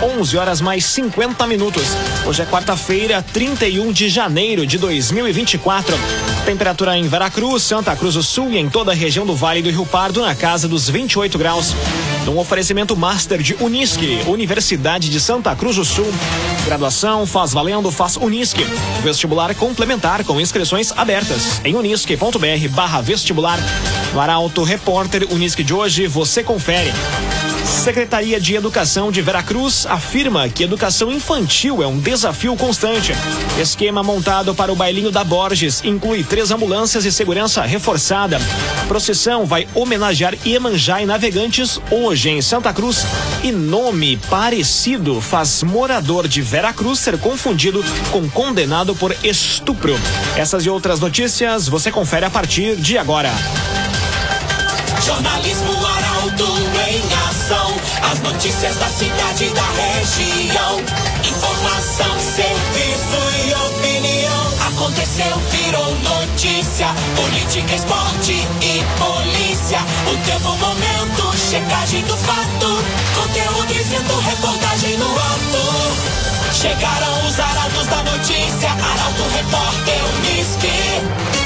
11h mais 50. Hoje é quarta-feira, 31 de janeiro de 2024. Temperatura em Veracruz, Santa Cruz do Sul e em toda a região do Vale do Rio Pardo na casa dos 28 graus. Um oferecimento Master de Unisque, Universidade de Santa Cruz do Sul. Graduação faz valendo, faz Unisque. Vestibular complementar com inscrições abertas em unisque.br/vestibular. No Arauto Repórter Unisque de hoje, você confere. Secretaria de Educação de Veracruz afirma que educação infantil é um desafio constante. Esquema montado para o bailinho da Borges inclui 3 ambulâncias e segurança reforçada. Procissão vai homenagear Iemanjá e navegantes hoje em Santa Cruz. E nome parecido faz morador de Veracruz ser confundido com condenado por estupro. Essas e outras notícias você confere a partir de agora. Jornalismo Arauto em ação. As notícias da cidade e da região. Informação, serviço e opinião. Aconteceu, virou notícia. Política, esporte e polícia. O tempo, momento, checagem do fato. Conteúdo dizendo, reportagem no ato. Chegaram os arautos da notícia. Arauto, Repórter Unisque.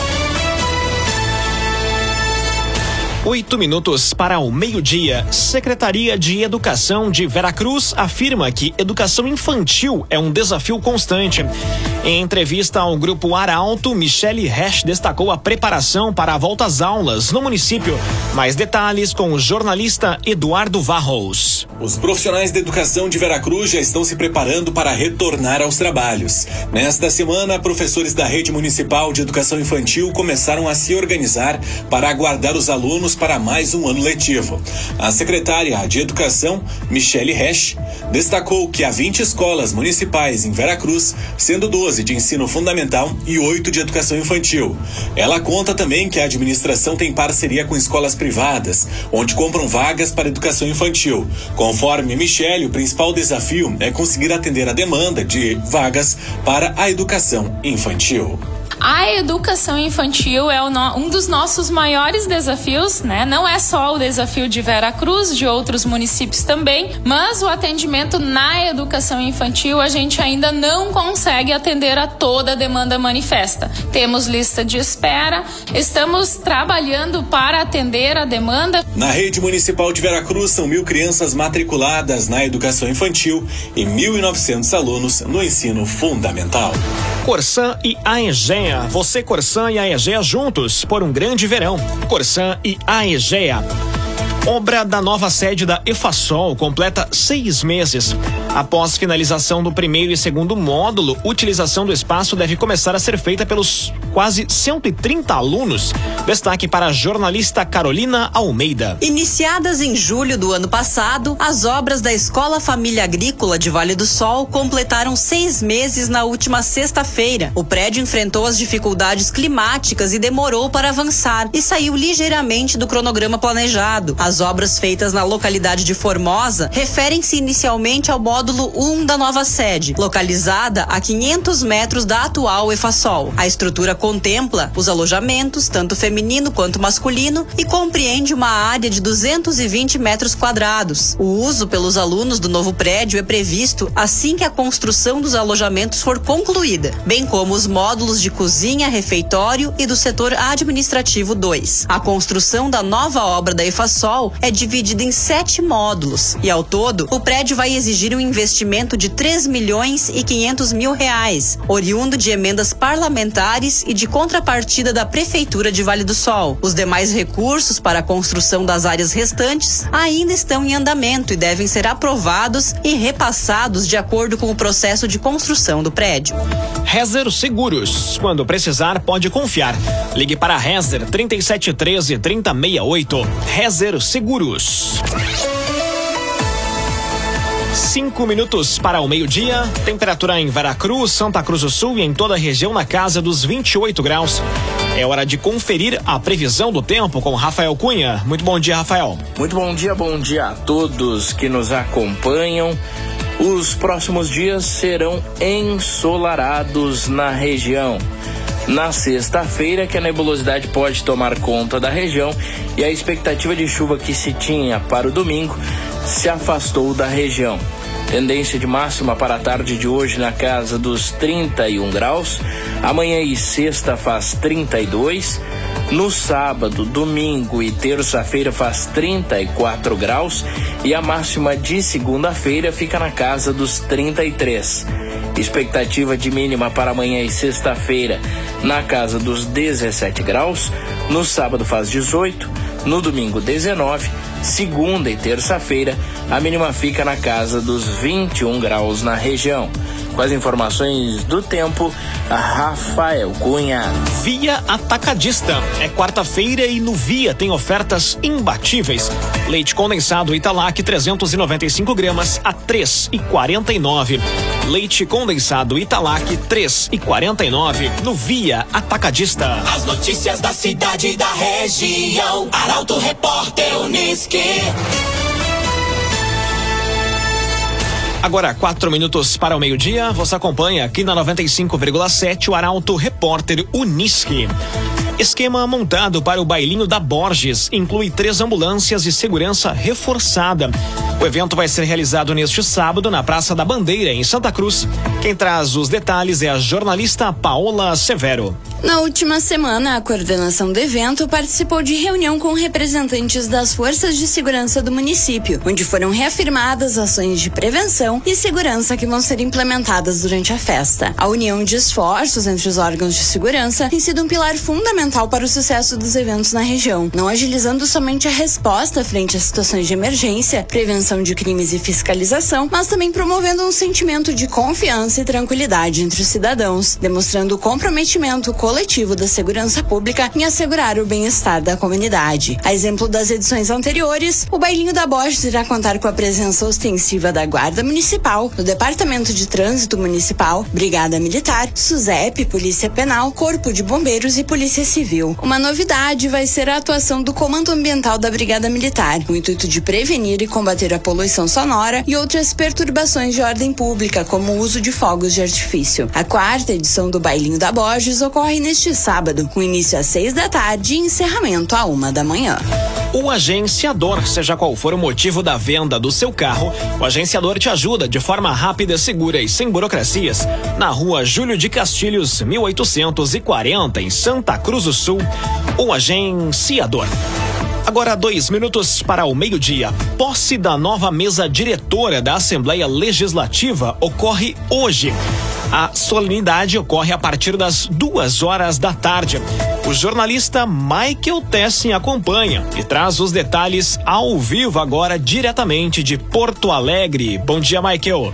8 para o meio-dia. Secretaria de Educação de Veracruz afirma que educação infantil é um desafio constante. Em entrevista ao grupo Arauto, Michele Resch destacou a preparação para a volta às aulas no município. Mais detalhes com o jornalista Eduardo Varros. Os profissionais da educação de Veracruz já estão se preparando para retornar aos trabalhos. Nesta semana, professores da Rede Municipal de Educação Infantil começaram a se organizar para aguardar os alunos para mais um ano letivo. A secretária de Educação, Michele Resch, destacou que há 20 escolas municipais em Veracruz, sendo 12 de ensino fundamental e 8 de educação infantil. Ela conta também que a administração tem parceria com escolas privadas, onde compram vagas para educação infantil. Conforme Michele, o principal desafio é conseguir atender a demanda de vagas para a educação infantil. A educação infantil é um dos nossos maiores desafios, né? Não é só o desafio de Veracruz, de outros municípios também, mas o atendimento na educação infantil a gente ainda não consegue atender a toda a demanda manifesta. Temos lista de espera, estamos trabalhando para atender a demanda. Na Rede Municipal de Veracruz são 1.000 crianças matriculadas na educação infantil e 1.900 alunos no ensino fundamental. Corsã e Aegea. Você, Corsã e Aegea juntos por um grande verão. Corsã e Aegea. Obra da nova sede da EFASOL completa 6 meses. Após finalização do primeiro e segundo módulo, utilização do espaço deve começar a ser feita pelos quase 130 alunos. Destaque para a jornalista Carolina Almeida. Iniciadas em julho do ano passado, as obras da Escola Família Agrícola de Vale do Sol completaram 6 meses na última sexta-feira. O prédio enfrentou as dificuldades climáticas e demorou para avançar e saiu ligeiramente do cronograma planejado. As obras feitas na localidade de Formosa referem-se inicialmente ao módulo 1 da nova sede, localizada a 500 metros da atual EFASOL. A estrutura contempla os alojamentos, tanto feminino quanto masculino, e compreende uma área de 220 metros quadrados. O uso pelos alunos do novo prédio é previsto assim que a construção dos alojamentos for concluída, bem como os módulos de cozinha, refeitório e do setor administrativo 2. A construção da nova obra da EFASOL é dividida em 7 módulos e, ao todo, o prédio vai exigir um investimento de R$3.500.000, oriundo de emendas parlamentares e de contrapartida da Prefeitura de Vale do Sol. Os demais recursos para a construção das áreas restantes ainda estão em andamento e devem ser aprovados e repassados de acordo com o processo de construção do prédio. Rezer Seguros. Quando precisar, pode confiar. Ligue para Rezer 3713-3068. Rezer Seguros. 5 para o meio-dia. Temperatura em Veracruz, Santa Cruz do Sul e em toda a região na casa dos 28 graus. É hora de conferir a previsão do tempo com Rafael Cunha. Muito bom dia, Rafael. Muito bom dia a todos que nos acompanham. Os próximos dias serão ensolarados na região. Na sexta-feira, que a nebulosidade pode tomar conta da região e a expectativa de chuva que se tinha para o domingo se afastou da região. Tendência de máxima para a tarde de hoje na casa dos 31 graus. Amanhã e sexta faz 32. No sábado, domingo e terça-feira faz 34 graus. E a máxima de segunda-feira fica na casa dos 33. Expectativa de mínima para amanhã e sexta-feira na casa dos 17 graus. No sábado faz 18. No domingo, 19. Segunda e terça-feira, a mínima fica na casa dos 21 graus na região. Com as informações do tempo, Rafael Cunha. Via Atacadista. É quarta-feira e no Via tem ofertas imbatíveis. Leite condensado Italac 395 gramas a 3,49. Leite condensado Italac 3,49 no Via Atacadista. As notícias da cidade e da região. Arauto Repórter Unisque. Agora 4 minutos para o meio-dia, você acompanha aqui na 95,7 o Arauto Repórter Unisque. Esquema montado para o bailinho da Borges inclui 3 ambulâncias e segurança reforçada. O evento vai ser realizado neste sábado na Praça da Bandeira, em Santa Cruz. Quem traz os detalhes é a jornalista Paola Severo. Na última semana, a coordenação do evento participou de reunião com representantes das forças de segurança do município, onde foram reafirmadas ações de prevenção e segurança que vão ser implementadas durante a festa. A união de esforços entre os órgãos de segurança tem sido um pilar fundamental para o sucesso dos eventos na região, não agilizando somente a resposta frente a situações de emergência, prevenção de crimes e fiscalização, mas também promovendo um sentimento de confiança e tranquilidade entre os cidadãos, demonstrando o comprometimento coletivo da segurança pública em assegurar o bem-estar da comunidade. A exemplo das edições anteriores, o Bailinho da Borges irá contar com a presença ostensiva da Guarda Municipal, do Departamento de Trânsito Municipal, Brigada Militar, SUSEP, Polícia Penal, Corpo de Bombeiros e Polícia Civil. Uma novidade vai ser a atuação do Comando Ambiental da Brigada Militar, com o intuito de prevenir e combater a poluição sonora e outras perturbações de ordem pública, como o uso de fogos de artifício. A 4ª edição do Bailinho da Borges ocorre neste sábado, com início às 6 da tarde e encerramento à 1 da manhã. O agenciador, seja qual for o motivo da venda do seu carro, o agenciador te ajuda de forma rápida, segura e sem burocracias na rua Júlio de Castilhos, 1840, em Santa Cruz do Sul. O agenciador. Agora 2 minutos para o meio-dia. Posse da nova mesa diretora da Assembleia Legislativa ocorre hoje. A solenidade ocorre a partir das 2 horas da tarde. O jornalista Michael Tessin acompanha e traz os detalhes ao vivo agora diretamente de Porto Alegre. Bom dia, Michael.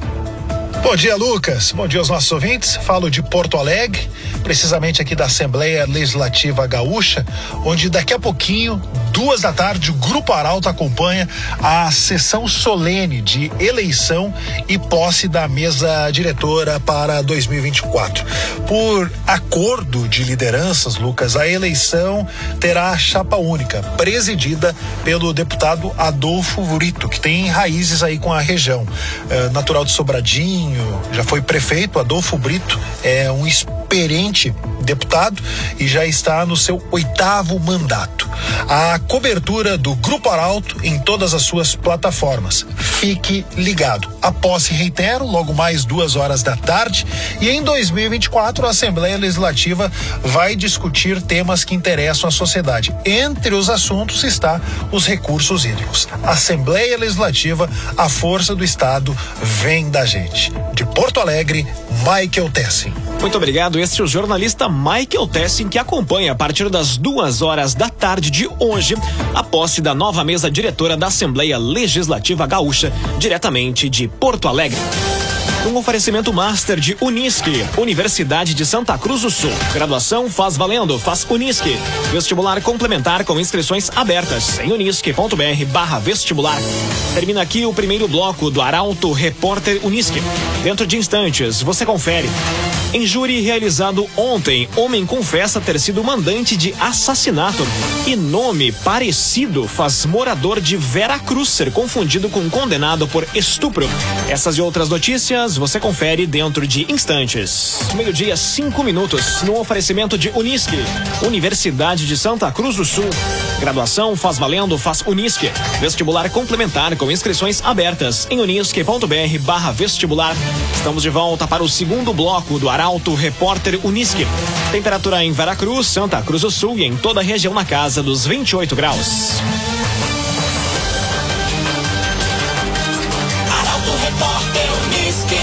Bom dia, Lucas. Bom dia aos nossos ouvintes. Falo de Porto Alegre, precisamente aqui da Assembleia Legislativa Gaúcha, onde daqui a pouquinho, 2 da tarde, o Grupo Arauto acompanha a sessão solene de eleição e posse da mesa diretora para 2024. Por acordo de lideranças, Lucas, a eleição terá chapa única, presidida pelo deputado Adolfo Brito, que tem raízes aí com a região. Natural de Sobradinho, já foi prefeito. Adolfo Brito é um experiente deputado e já está no seu 8º mandato. A cobertura do Grupo Arauto em todas as suas plataformas. Fique ligado. A posse, reitero, logo mais 2 horas da tarde, e em 2024 a Assembleia Legislativa vai discutir temas que interessam a sociedade. Entre os assuntos está os recursos hídricos. Assembleia Legislativa, a força do Estado vem da gente. De Porto Alegre, Michael Tessin. Muito obrigado. Este é o jornalista Michael Tessin, que acompanha a partir das 2 horas da tarde de hoje a posse da nova mesa diretora da Assembleia Legislativa Gaúcha, diretamente de Porto Alegre. Um oferecimento master de Unisque, Universidade de Santa Cruz do Sul. Graduação faz valendo, faz Unisque. Vestibular complementar com inscrições abertas em unisque.br/vestibular. Termina aqui o primeiro bloco do Arauto Repórter Unisque. Dentro de instantes, você confere. Em júri realizado ontem, homem confessa ter sido mandante de assassinato e nome parecido faz morador de Veracruz ser confundido com condenado por estupro. Essas e outras notícias você confere dentro de instantes. 12:05, 5 minutos, no oferecimento de Unisque, Universidade de Santa Cruz do Sul. Graduação faz valendo, faz Unisque. Vestibular complementar com inscrições abertas em unisque.br/vestibular. Estamos de volta para o segundo bloco do Arauto Repórter Unisque. Temperatura em Veracruz, Santa Cruz do Sul e em toda a região na casa dos 28 graus. Arauto Repórter Unisque.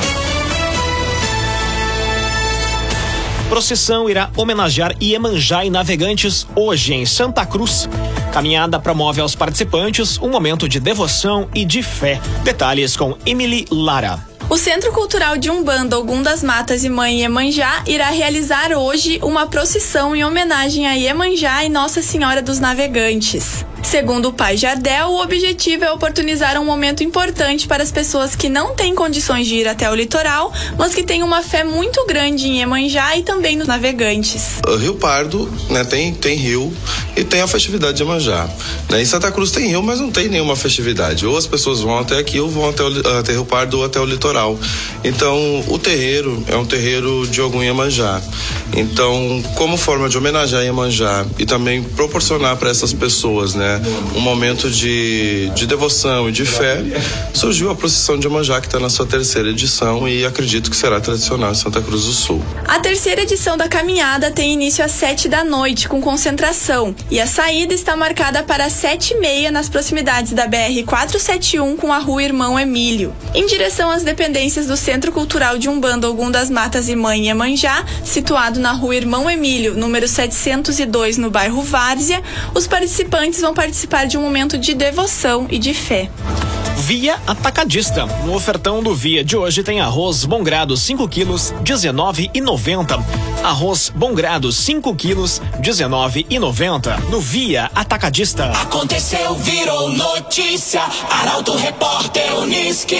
Procissão irá homenagear Iemanjá e navegantes hoje em Santa Cruz. Caminhada promove aos participantes um momento de devoção e de fé. Detalhes com Emily Lara. O Centro Cultural de Umbanda Ogum das Matas e Mãe Iemanjá irá realizar hoje uma procissão em homenagem a Iemanjá e Nossa Senhora dos Navegantes. Segundo o Pai Jardel, o objetivo é oportunizar um momento importante para as pessoas que não têm condições de ir até o litoral, mas que têm uma fé muito grande em Iemanjá e também nos navegantes. O Rio Pardo, né, tem rio e tem a festividade de Iemanjá. Em Santa Cruz tem rio, mas não tem nenhuma festividade. Ou as pessoas vão até aqui ou vão até Rio Pardo ou até o litoral. Então, o terreiro é um terreiro de Ogum Iemanjá. Então, como forma de homenagear Iemanjá e também proporcionar para essas pessoas, né, um momento de devoção e de fé, surgiu a procissão de Iemanjá, que está na sua 3ª edição e acredito que será tradicional em Santa Cruz do Sul. A 3ª edição da caminhada tem início às 7 da noite, com concentração, e a saída está marcada para as 7h30 nas proximidades da BR-471 com a Rua Irmão Emílio. Em direção às dependências do Centro Cultural de Umbanda Ogum das Matas e Mãe Iemanjá, situado na Rua Irmão Emílio, número 702, no bairro Várzea, os participantes vão participar de um momento de devoção e de fé. Via Atacadista. No ofertão do Via de hoje tem arroz Bom Grado 5 quilos, R$19,90. Arroz Bom Grado 5 quilos, R$19,90. No Via Atacadista. Aconteceu, virou notícia. Arauto Repórter Unisque.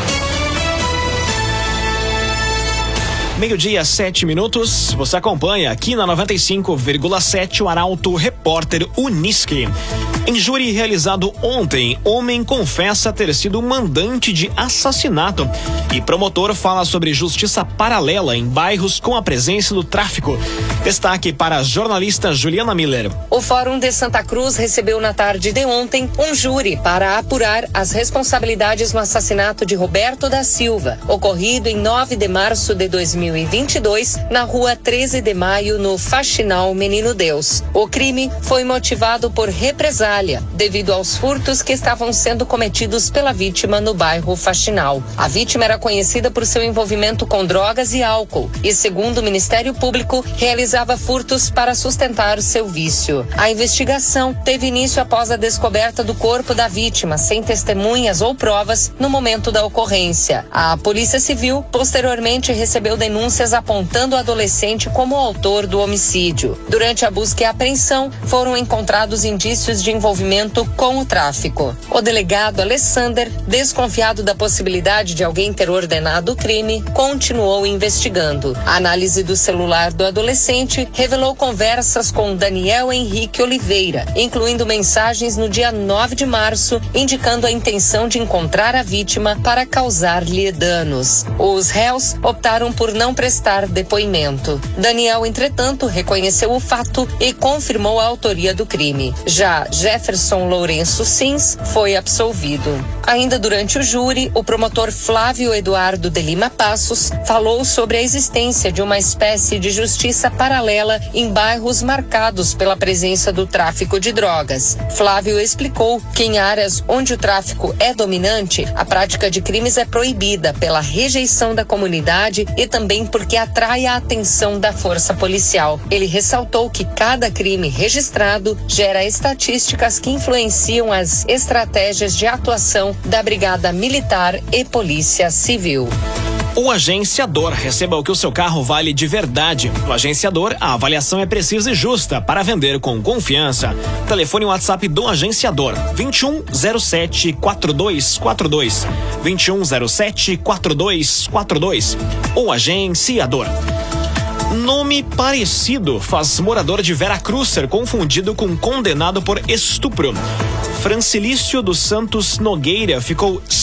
12h, 7 minutos. Você acompanha aqui na 95,7 o Arauto Repórter Unisque. Em júri realizado ontem, homem confessa ter sido mandante de assassinato e promotor fala sobre justiça paralela em bairros com a presença do tráfico. Destaque para a jornalista Juliana Miller. O Fórum de Santa Cruz recebeu na tarde de ontem um júri para apurar as responsabilidades no assassinato de Roberto da Silva, ocorrido em 9 de março de 2022, na rua 13 de maio, no Faxinal Menino Deus. O crime foi motivado por represália devido aos furtos que estavam sendo cometidos pela vítima no bairro Faxinal. A vítima era conhecida por seu envolvimento com drogas e álcool e, segundo o Ministério Público, realizava furtos para sustentar seu vício. A investigação teve início após a descoberta do corpo da vítima, sem testemunhas ou provas, no momento da ocorrência. A Polícia Civil, posteriormente, recebeu denúncias apontando o adolescente como autor do homicídio. Durante a busca e apreensão, foram encontrados indícios de envolvimento com o tráfico. O delegado Alessander, desconfiado da possibilidade de alguém ter ordenado o crime, continuou investigando. A análise do celular do adolescente revelou conversas com Daniel Henrique Oliveira, incluindo mensagens no dia 9 de março, indicando a intenção de encontrar a vítima para causar-lhe danos. Os réus optaram por não prestar depoimento. Daniel, entretanto, reconheceu o fato e confirmou a autoria do crime. Já Jefferson Lourenço Sims foi absolvido. Ainda durante o júri, o promotor Flávio Eduardo de Lima Passos falou sobre a existência de uma espécie de justiça paralela em bairros marcados pela presença do tráfico de drogas. Flávio explicou que em áreas onde o tráfico é dominante, a prática de crimes é proibida pela rejeição da comunidade e também porque atrai a atenção da força policial. Ele ressaltou que cada crime registrado gera estatísticas que influenciam as estratégias de atuação da Brigada Militar e Polícia Civil. O Agenciador. Receba o que o seu carro vale de verdade. No Agenciador, a avaliação é precisa e justa para vender com confiança. Telefone e WhatsApp do Agenciador: 2107-4242. 2107-4242. O Agenciador. Nome parecido faz morador de Veracruz ser confundido com condenado por estupro. Francilício dos Santos Nogueira ficou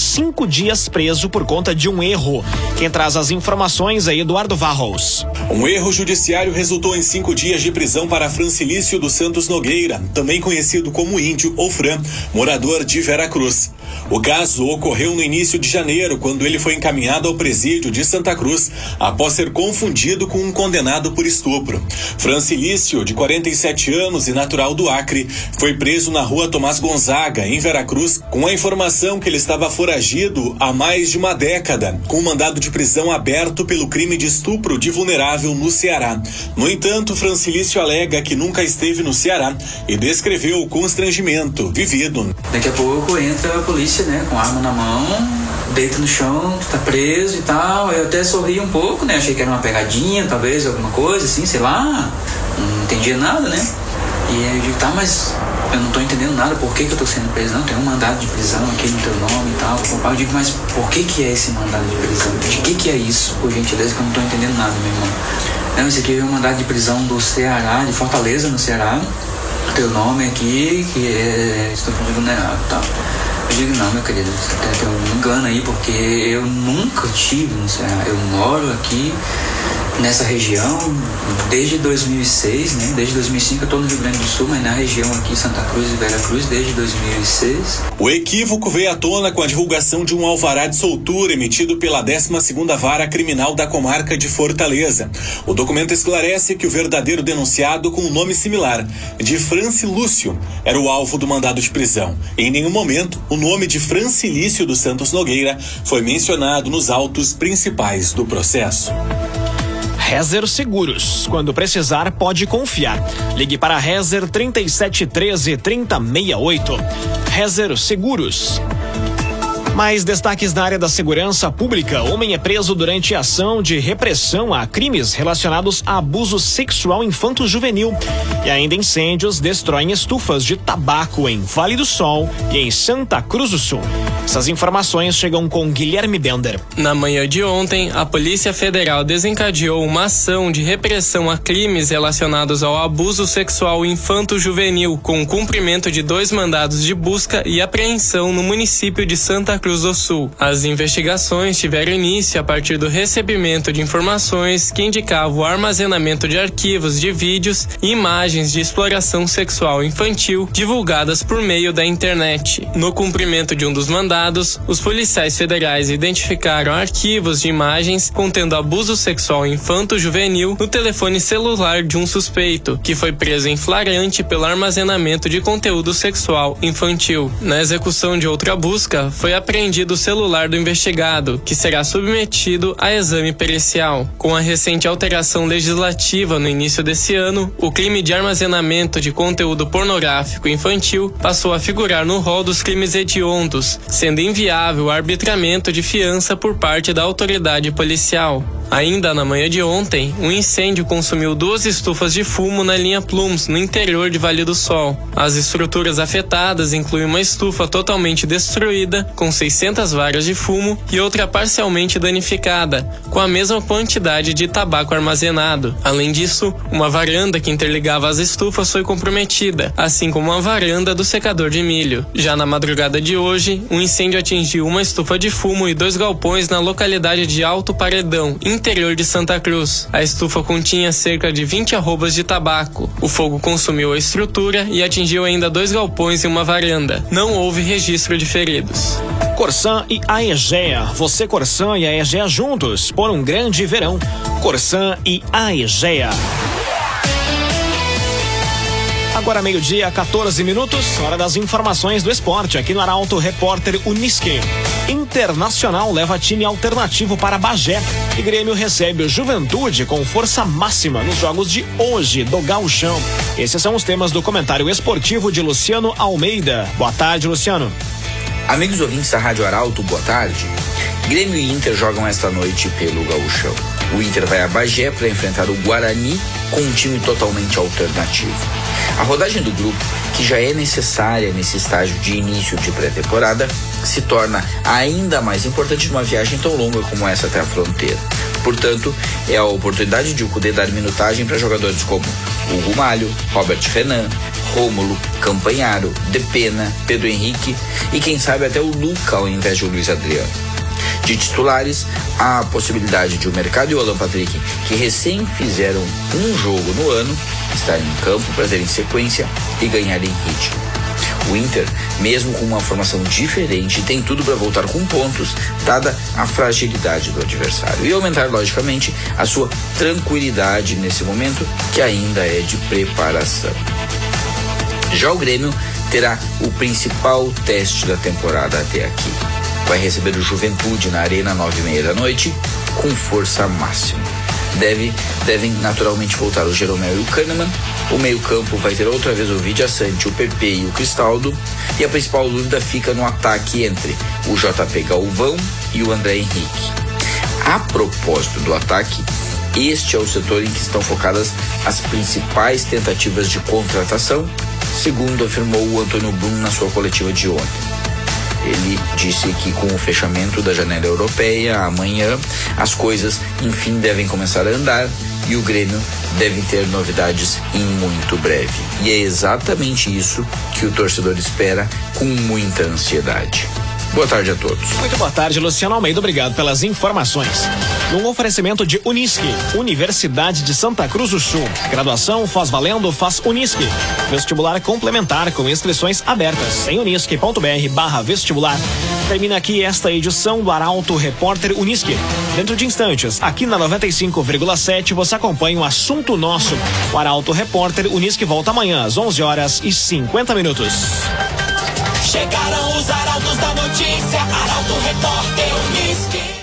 5 dias preso por conta de um erro. Quem traz as informações é Eduardo Varros. Um erro judiciário resultou em 5 dias de prisão para Francilício dos Santos Nogueira, também conhecido como Índio ou Fran, morador de Veracruz. O caso ocorreu no início de janeiro, quando ele foi encaminhado ao presídio de Santa Cruz após ser confundido com um condenado por estupro. Francilício, de 47 anos e natural do Acre, foi preso na rua Tomás Gonzaga, em Veracruz, com a informação que ele estava foragido há mais de uma década, com um mandado de prisão aberto pelo crime de estupro de vulnerável no Ceará. No entanto, Francilício alega que nunca esteve no Ceará e descreveu o constrangimento vivido. Daqui a pouco entra a polícia, né, com a arma na mão, deita no chão, tá preso e tal. Eu até sorri um pouco, né, achei que era uma pegadinha, talvez, alguma coisa assim, sei lá, não entendia nada, né. E aí eu digo, tá, mas eu não tô entendendo nada, por que eu tô sendo preso? Não, tem um mandado de prisão aqui no teu nome e tal. Eu digo, mas por que é esse mandado de prisão? De que é isso, por gentileza, que eu não tô entendendo nada, meu irmão. Não, esse aqui é um mandado de prisão do Ceará, de Fortaleza, no Ceará. Teu nome aqui, que é estupro de vulnerável e tal. Eu digo, não, meu querido, você tem um engano aí, porque eu nunca tive no Ceará. Eu moro aqui nessa região desde 2006, né? Desde 2005 eu estou no Rio Grande do Sul, mas na região aqui, Santa Cruz e Veracruz, desde 2006. O equívoco veio à tona com a divulgação de um alvará de soltura emitido pela 12ª Vara Criminal da Comarca de Fortaleza. O documento esclarece que o verdadeiro denunciado, com um nome similar, de Francilício, era o alvo do mandado de prisão. Em nenhum momento, o nome de Francilício dos Santos Nogueira foi mencionado nos autos principais do processo. Rezer Seguros. Quando precisar, pode confiar. Ligue para Rezer 3713 3068. Rezer Seguros. Mais destaques na área da segurança pública. Homem é preso durante ação de repressão a crimes relacionados a abuso sexual infanto-juvenil. E ainda incêndios destroem estufas de tabaco em Vale do Sol e em Santa Cruz do Sul. Essas informações chegam com Guilherme Bender. Na manhã de ontem, a Polícia Federal desencadeou uma ação de repressão a crimes relacionados ao abuso sexual infanto-juvenil, com o cumprimento de 2 mandados de busca e apreensão no município de Santa Cruz do Sul. As investigações tiveram início a partir do recebimento de informações que indicavam o armazenamento de arquivos de vídeos e imagens de exploração sexual infantil divulgadas por meio da internet. No cumprimento de um dos mandados, os policiais federais identificaram arquivos de imagens contendo abuso sexual infanto-juvenil no telefone celular de um suspeito, que foi preso em flagrante pelo armazenamento de conteúdo sexual infantil. Na execução de outra busca, foi apreendido o celular do investigado, que será submetido a exame pericial. Com a recente alteração legislativa no início desse ano, o crime de armazenamento de conteúdo pornográfico infantil passou a figurar no rol dos crimes hediondos, sendo inviável o arbitramento de fiança por parte da autoridade policial. Ainda na manhã de ontem, um incêndio consumiu 2 estufas de fumo na linha Plums, no interior de Vale do Sol. As estruturas afetadas incluem uma estufa totalmente destruída, com 600 varas de fumo, e outra parcialmente danificada, com a mesma quantidade de tabaco armazenado. Além disso, uma varanda que interligava as estufas foi comprometida, assim como uma varanda do secador de milho. Já na madrugada de hoje, um incêndio atingiu uma estufa de fumo e 2 galpões na localidade de Alto Paredão, interior de Santa Cruz. A estufa continha cerca de 20 arrobas de tabaco. O fogo consumiu a estrutura e atingiu ainda 2 galpões e uma varanda. Não houve registro de feridos. Corsan e Aegea. Você, Corsan e Aegea juntos por um grande verão. Corsan e Aegea. Agora 12h, 14 minutos, hora das informações do esporte, aqui no Arauto Repórter Unisque. Internacional leva time alternativo para Bagé e Grêmio recebe o Juventude com força máxima nos jogos de hoje do Gauchão. Esses são os temas do comentário esportivo de Luciano Almeida. Boa tarde, Luciano. Amigos ouvintes da Rádio Arauto, boa tarde. Grêmio e Inter jogam esta noite pelo Gauchão. O Inter vai a Bagé para enfrentar o Guarani com um time totalmente alternativo. A rodagem do grupo, que já é necessária nesse estágio de início de pré-temporada, se torna ainda mais importante numa viagem tão longa como essa até a fronteira. Portanto, é a oportunidade de o Cudê dar minutagem para jogadores como Hugo Malho, Robert Renan, Rômulo, Campanharo, Depena, Pedro Henrique e quem sabe até o Luca ao invés de o Luiz Adriano. De titulares, há a possibilidade de o Mercado e o Alan Patrick, que recém fizeram um jogo no ano, estarem em campo para terem sequência e ganharem ritmo. O Inter, mesmo com uma formação diferente, tem tudo para voltar com pontos, dada a fragilidade do adversário, e aumentar, logicamente, a sua tranquilidade nesse momento, que ainda é de preparação. Já o Grêmio terá o principal teste da temporada até aqui. Vai receber o Juventude na Arena 9h30 da noite, com força máxima. Devem naturalmente voltar o Jeromel e o Kahneman. O meio-campo vai ter outra vez o Vidia Sante, o PP e o Cristaldo. E a principal dúvida fica no ataque entre o JP Galvão e o André Henrique. A propósito do ataque, este é o setor em que estão focadas as principais tentativas de contratação, segundo afirmou o Antônio Blum na sua coletiva de ontem. Ele disse que com o fechamento da janela europeia amanhã, as coisas enfim devem começar a andar e o Grêmio deve ter novidades em muito breve. E é exatamente isso que o torcedor espera com muita ansiedade. Boa tarde a todos. Muito boa tarde, Luciano Almeida. Obrigado pelas informações. Num oferecimento de Unisque, Universidade de Santa Cruz do Sul. Graduação faz valendo, faz Unisque. Vestibular complementar com inscrições abertas em unisque.br/vestibular. Termina aqui esta edição do Arauto Repórter Unisque. Dentro de instantes, aqui na 95,7, você acompanha o assunto nosso. O Arauto Repórter Unisque volta amanhã às 11h50. Chegaram os arautos da notícia, Arauto Repórter Unisque.